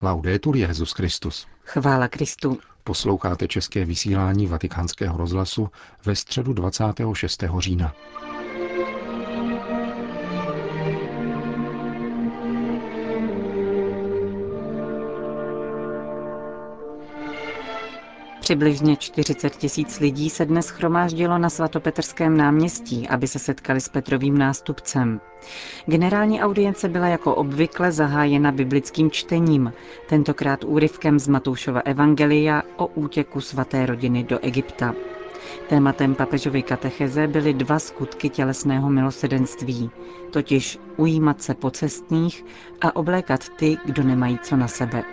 Laudetur Jesus Christus. Chvála Kristu. Posloucháte české vysílání Vatikánského rozhlasu ve středu 26. října. Přibližně 40 000 lidí se dnes shromáždilo na svatopetrském náměstí, aby se setkali s Petrovým nástupcem. Generální audience byla jako obvykle zahájena biblickým čtením, tentokrát úryvkem z Matoušova evangelia o útěku svaté rodiny do Egypta. Tématem papežovy katecheze byly 2 skutky tělesného milosrdenství, totiž ujímat se pocestných a oblékat ty, kdo nemají co na sebe.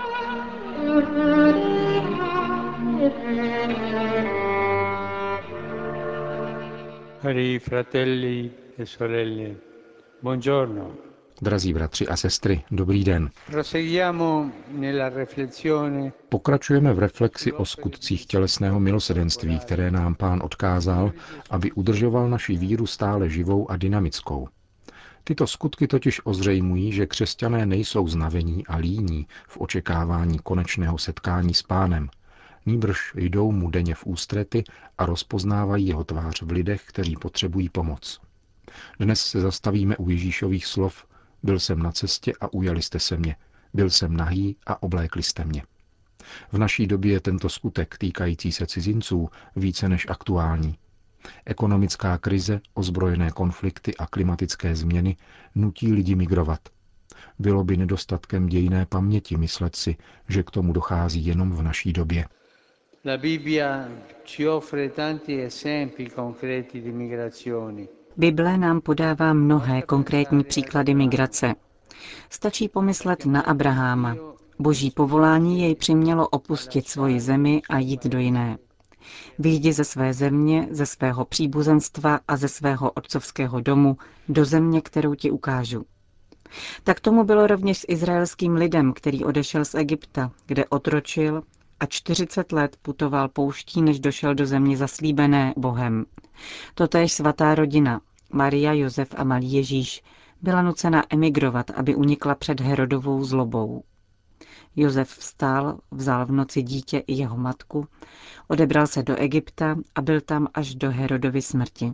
Cari fratelli e sorelle, buongiorno. Drazí bratři a sestry, dobrý den. Proseguiamo nella riflessione. Pokračujeme v reflexi o skutcích tělesného milosrdenství, které nám Pán odkázal, aby udržoval naši víru stále živou a dynamickou. Tyto skutky totiž ozřejmují, že křesťané nejsou znavení a líní v očekávání konečného setkání s Pánem, nýbrž jdou mu denně v ústrety a rozpoznávají jeho tvář v lidech, kteří potřebují pomoc. Dnes se zastavíme u Ježíšových slov: Byl jsem na cestě a ujali jste se mě, byl jsem nahý a oblékli jste mě. V naší době je tento skutek týkající se cizinců více než aktuální. Ekonomická krize, ozbrojené konflikty a klimatické změny nutí lidi migrovat. Bylo by nedostatkem dějinné paměti myslet si, že k tomu dochází jenom v naší době. La Bibbia ci offre tanti esempi concreti di migrazioni. Bible nám podává mnohé konkrétní příklady migrace. Stačí pomyslet na Abraháma. Boží povolání jej přimělo opustit svoji zemi a jít do jiné. Vyjdi ze své země, ze svého příbuzenstva a ze svého otcovského domu do země, kterou ti ukážu. Tak tomu bylo rovněž s izraelským lidem, který odešel z Egypta, kde otročil a 40 let putoval pouští, než došel do země zaslíbené Bohem. Totéž svatá rodina, Maria, Josef a malý Ježíš, byla nucena emigrovat, aby unikla před Herodovou zlobou. Josef vstal, vzal v noci dítě i jeho matku, odebral se do Egypta a byl tam až do Herodovy smrti.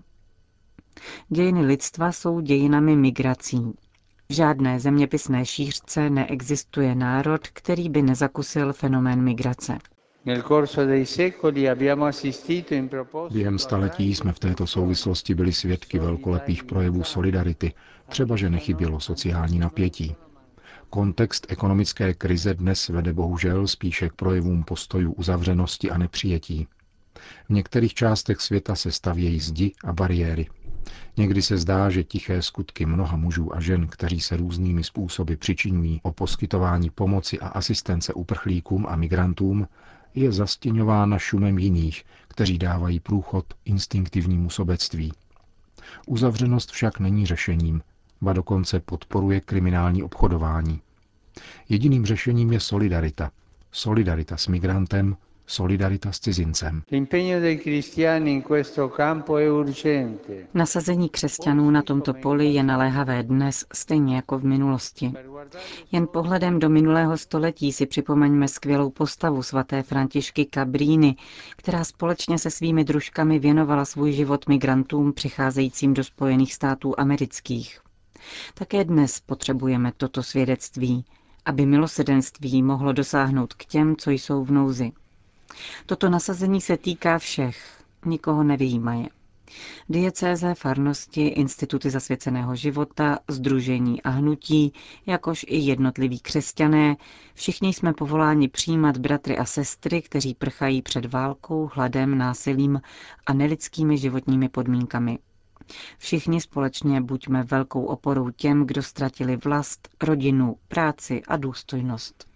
Dějiny lidstva jsou dějinami migrací. V žádné zeměpisné šířce neexistuje národ, který by nezakusil fenomén migrace. Během staletí jsme v této souvislosti byli svědky velkolepých projevů solidarity, třeba že nechybělo sociální napětí. Kontext ekonomické krize dnes vede bohužel spíše k projevům postojů uzavřenosti a nepřijetí. V některých částech světa se stavějí zdi a bariéry. Někdy se zdá, že tiché skutky mnoha mužů a žen, kteří se různými způsoby přičiňují o poskytování pomoci a asistence uprchlíkům a migrantům, je zastěňována šumem jiných, kteří dávají průchod instinktivnímu sobectví. Uzavřenost však není řešením, ba dokonce podporuje kriminální obchodování. Jediným řešením je solidarita. Solidarita s migrantem, solidarita s cizincem. Nasazení křesťanů na tomto poli je naléhavé dnes, stejně jako v minulosti. Jen pohledem do minulého století si připomeňme skvělou postavu svaté Františky Cabrini, která společně se svými družkami věnovala svůj život migrantům přicházejícím do Spojených států amerických. Také dnes potřebujeme toto svědectví, aby milosrdenství mohlo dosáhnout k těm, co jsou v nouzi. Toto nasazení se týká všech, nikoho nevyjímaje. Diecéze, farnosti, instituty zasvěceného života, sdružení a hnutí, jakož i jednotliví křesťané, všichni jsme povoláni přijímat bratry a sestry, kteří prchají před válkou, hladem, násilím a nelidskými životními podmínkami. Všichni společně buďme velkou oporou těm, kdo ztratili vlast, rodinu, práci a důstojnost.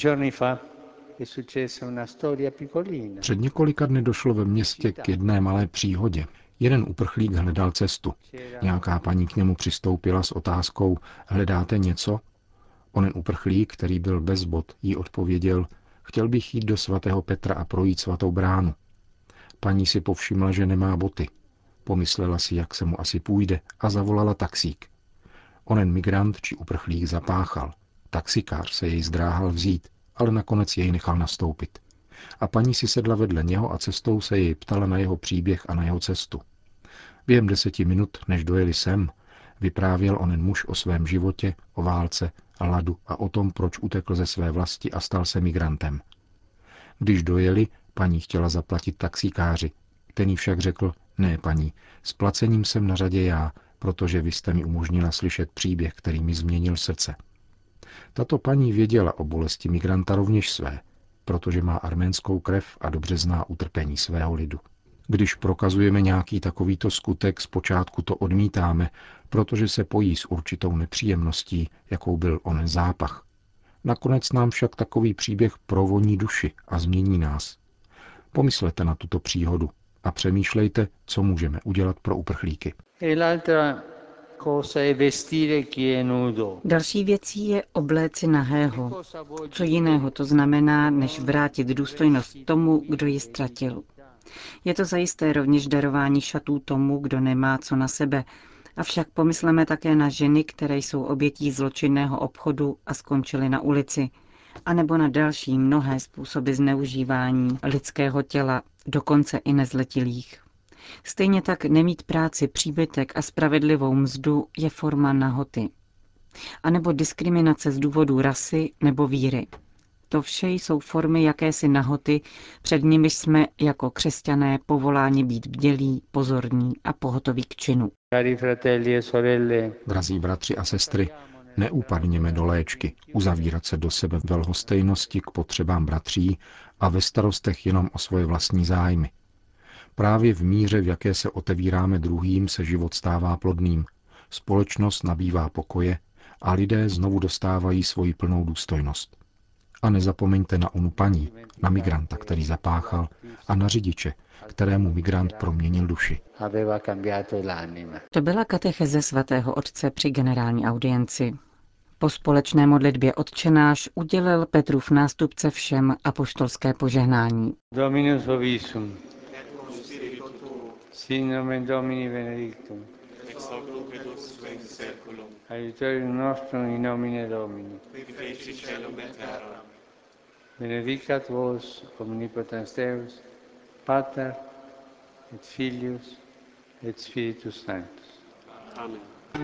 Před několika dny došlo ve městě k jedné malé příhodě. Jeden uprchlík hledal cestu. Nějaká paní k němu přistoupila s otázkou: hledáte něco? Onen uprchlík, který byl bez bot, jí odpověděl: chtěl bych jít do svatého Petra a projít svatou bránu. Paní si povšimla, že nemá boty. Pomyslela si, jak se mu asi půjde, a zavolala taxík. Onen migrant či uprchlík zapáchal. Taxikář se jej zdráhal vzít, ale nakonec jej nechal nastoupit. A paní si sedla vedle něho a cestou se jej ptala na jeho příběh a na jeho cestu. Během 10 minut, než dojeli sem, vyprávěl onen muž o svém životě, o válce, hladu a o tom, proč utekl ze své vlasti a stal se migrantem. Když dojeli, paní chtěla zaplatit taxikáři. Ten jí však řekl, ne paní, s placením jsem na řadě já, protože vy jste mi umožnila slyšet příběh, který mi změnil srdce. Tato paní věděla o bolesti migranta rovněž své, protože má arménskou krev a dobře zná utrpení svého lidu. Když prokazujeme nějaký takovýto skutek, zpočátku to odmítáme, protože se pojí s určitou nepříjemností, jakou byl onen zápach. Nakonec nám však takový příběh provoní duši a změní nás. Pomyslete na tuto příhodu a přemýšlejte, co můžeme udělat pro uprchlíky. Další věcí je obléci nahého. Co jiného to znamená, než vrátit důstojnost tomu, kdo ji ztratil. Je to zajisté rovněž darování šatů tomu, kdo nemá co na sebe, avšak pomysleme také na ženy, které jsou obětí zločinného obchodu a skončily na ulici, anebo na další mnohé způsoby zneužívání lidského těla, dokonce i nezletilých. Stejně tak nemít práci, příbytek a spravedlivou mzdu je forma nahoty. A nebo diskriminace z důvodu rasy nebo víry. To vše jsou formy jakési nahoty, před nimiž jsme jako křesťané povoláni být bdělí, pozorní a pohotoví k činu. Drazí bratři a sestry, neupadněme do léčky, uzavírat se do sebe ve lhostejnosti k potřebám bratří a ve starostech jenom o svoje vlastní zájmy. Právě v míře, v jaké se otevíráme druhým, se život stává plodným, společnost nabývá pokoje a lidé znovu dostávají svoji plnou důstojnost. A nezapomeňte na onu paní, na migranta, který zapáchal, a na řidiče, kterému migrant proměnil duši. To byla katecheze svatého otce při generální audienci. Po společné modlitbě Otčenáš udělil Petrův nástupce všem apoštolské požehnání. Dominus vobiscum. Sin nomen Domini benedictum. Ex hoc nunc et usque in saeculum. Aiutorium nostrum in nomine Domini. Qui feci caelum et terram. Benedicat vos omnipotens Deus, Pater et Filius et Spiritus Sanctus. Amen.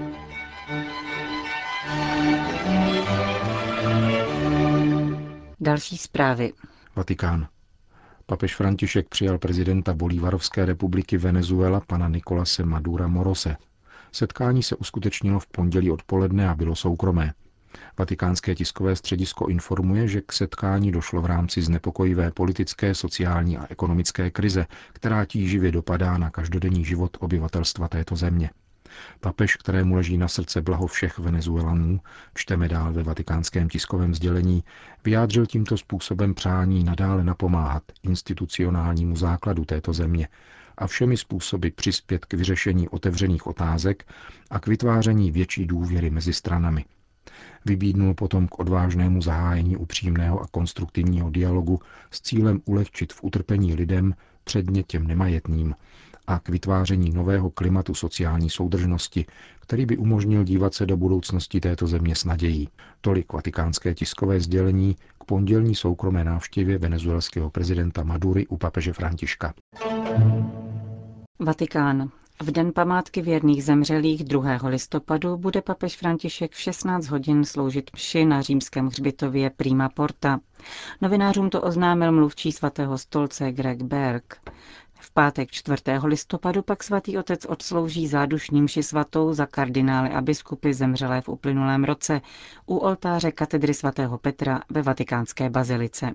Další zprávy. Vatikán. Papež František přijal prezidenta Bolívarovské republiky Venezuela pana Nicolase Madura Morose. Setkání se uskutečnilo v pondělí odpoledne a bylo soukromé. Vatikánské tiskové středisko informuje, že k setkání došlo v rámci znepokojivé politické, sociální a ekonomické krize, která tíživě dopadá na každodenní život obyvatelstva této země. Papež, kterému leží na srdce blaho všech Venezuelanů, čteme dál ve vatikánském tiskovém sdělení, vyjádřil tímto způsobem přání nadále napomáhat institucionálnímu základu této země a všemi způsoby přispět k vyřešení otevřených otázek a k vytváření větší důvěry mezi stranami. Vybídnul potom k odvážnému zahájení upřímného a konstruktivního dialogu s cílem ulehčit v utrpení lidem, předně těm nemajetným, a k vytváření nového klimatu sociální soudržnosti, který by umožnil dívat se do budoucnosti této země s nadějí. Tolik vatikánské tiskové sdělení k pondělní soukromé návštěvě venezuelského prezidenta Madury u papeže Františka. Vatikán. V den památky věrných zemřelých 2. listopadu bude papež František v 16 hodin sloužit mši na římském hřbitově Prima Porta. Novinářům to oznámil mluvčí svatého stolce Greg Berg. V pátek 4. listopadu pak svatý otec odslouží zádušní mši svatou za kardinály a biskupy zemřelé v uplynulém roce u oltáře katedry svatého Petra ve vatikánské bazilice.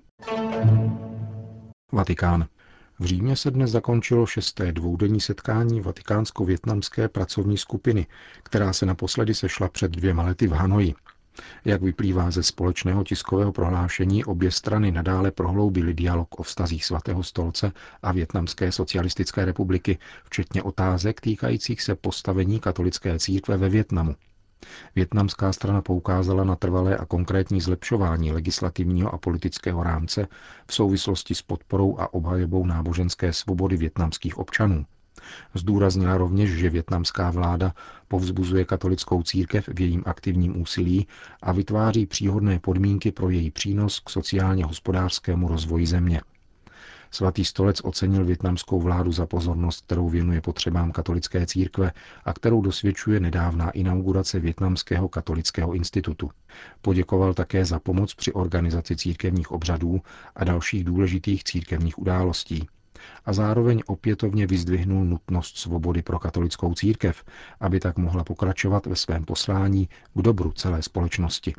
Vatikán. V Římě se dnes zakončilo 6. dvoudenní setkání vatikánsko-vietnamské pracovní skupiny, která se naposledy sešla před 2 lety v Hanoji. Jak vyplývá ze společného tiskového prohlášení, obě strany nadále prohloubily dialog o vztazích svatého stolce a Vietnamské socialistické republiky, včetně otázek týkajících se postavení katolické církve ve Vietnamu. Vietnamská strana poukázala na trvalé a konkrétní zlepšování legislativního a politického rámce v souvislosti s podporou a obhajobou náboženské svobody vietnamských občanů. Zdůraznila rovněž, že vietnamská vláda povzbuzuje katolickou církev v jejím aktivním úsilí a vytváří příhodné podmínky pro její přínos k sociálně-hospodářskému rozvoji země. Svatý stolec ocenil vietnamskou vládu za pozornost, kterou věnuje potřebám katolické církve a kterou dosvědčuje nedávná inaugurace Vietnamského katolického institutu. Poděkoval také za pomoc při organizaci církevních obřadů a dalších důležitých církevních událostí. A zároveň opětovně vyzdvihnul nutnost svobody pro katolickou církev, aby tak mohla pokračovat ve svém poslání k dobru celé společnosti.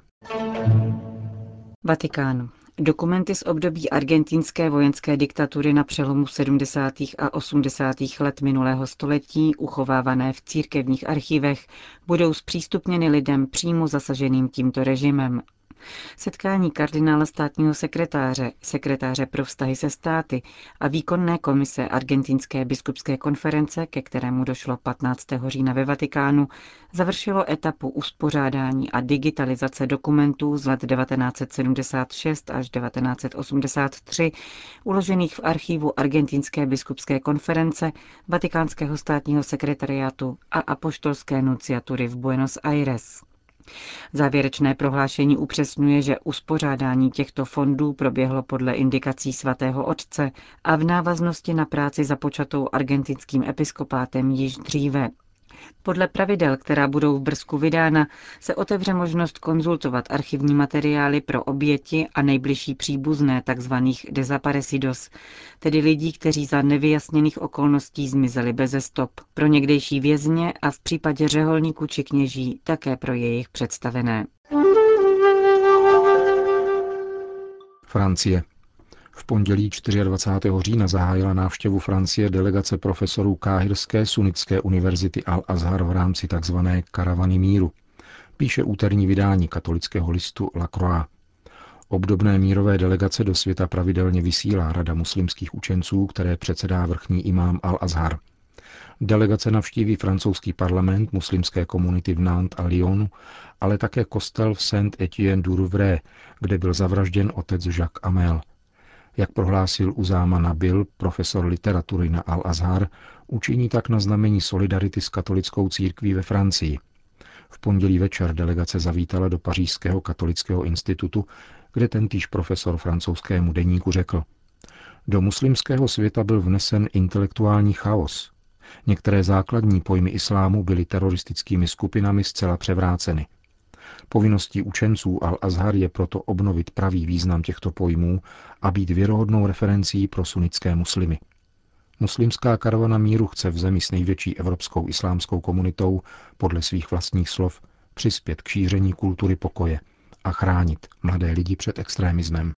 Vatikán. Dokumenty z období argentinské vojenské diktatury na přelomu 70. a 80. let minulého století, uchovávané v církevních archivech, budou zpřístupněny lidem přímo zasaženým tímto režimem. Setkání kardinála státního sekretáře pro vztahy se státy a výkonné komise Argentinské biskupské konference, ke kterému došlo 15. října ve Vatikánu, završilo etapu uspořádání a digitalizace dokumentů z let 1976 až 1983, uložených v archivu Argentinské biskupské konference, Vatikánského státního sekretariátu a apoštolské nunciatury v Buenos Aires. Závěrečné prohlášení upřesňuje, že uspořádání těchto fondů proběhlo podle indikací svatého otce a v návaznosti na práci započatou argentinským episkopátem již dříve. Podle pravidel, která budou v brzku vydána, se otevře možnost konzultovat archivní materiály pro oběti a nejbližší příbuzné tzv. Desaparecidos, tedy lidí, kteří za nevyjasněných okolností zmizeli beze stop, pro někdejší vězně a v případě řeholníků či kněží také pro jejich představené. Francie. V pondělí 24. října zahájila návštěvu Francie delegace profesorů Káhirské sunnické univerzity Al-Azhar v rámci tzv. Karavany míru, píše úterní vydání katolického listu La Croix. Obdobné mírové delegace do světa pravidelně vysílá Rada muslimských učenců, které předsedá vrchní imám Al-Azhar. Delegace navštíví francouzský parlament, muslimské komunity v Nantes a Lyonu, ale také kostel v Saint-Étienne-du-Rouvray, kde byl zavražděn otec Jacques Amel. Jak prohlásil Uzáma Nabil, profesor literatury na Al-Azhar, učiní tak na znamení solidarity s katolickou církví ve Francii. V pondělí večer delegace zavítala do Pařížského katolického institutu, kde tentýž profesor francouzskému deníku řekl: do muslimského světa byl vnesen intelektuální chaos. Některé základní pojmy islámu byly teroristickými skupinami zcela převráceny. Povinností učenců Al-Azhar je proto obnovit pravý význam těchto pojmů a být věrohodnou referencí pro sunnické muslimy. Muslimská karavana míru chce v zemi s největší evropskou islámskou komunitou, podle svých vlastních slov, přispět k šíření kultury pokoje a chránit mladé lidi před extrémismem.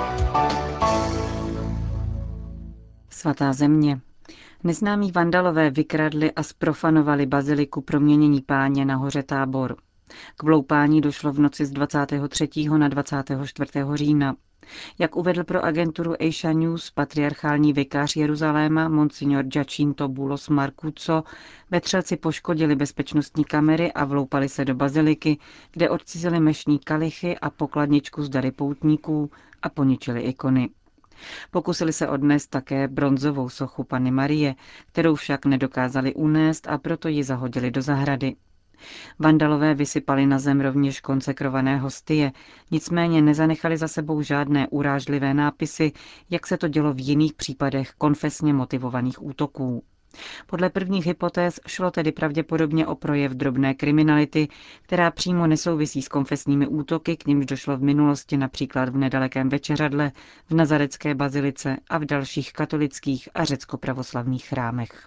Svatá země. Neznámí vandalové vykradli a zprofanovali baziliku Proměnění Páně na hoře Tábor. K vloupání došlo v noci z 23. na 24. října. Jak uvedl pro agenturu Asia News patriarchální vikář Jeruzaléma Monsignor Giacinto Bulos Marcucco, vetřelci poškodili bezpečnostní kamery a vloupali se do baziliky, kde odcizili mešní kalichy a pokladničku s dary poutníků a poničili ikony. Pokusili se odnést také bronzovou sochu Panny Marie, kterou však nedokázali unést a proto ji zahodili do zahrady. Vandalové vysypali na zem rovněž konsekrované hostie, nicméně nezanechali za sebou žádné urážlivé nápisy, jak se to dělo v jiných případech konfesně motivovaných útoků. Podle prvních hypotéz šlo tedy pravděpodobně o projev drobné kriminality, která přímo nesouvisí s konfesními útoky, k nimž došlo v minulosti například v nedalekém Večeřadle, v Nazaretské bazilice a v dalších katolických a řecko-pravoslavných chrámech.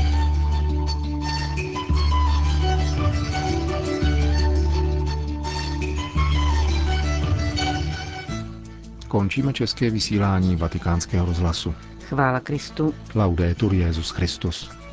Končíme české vysílání Vatikánského rozhlasu. Chvála Kristu. Laudetur Jesus Christus.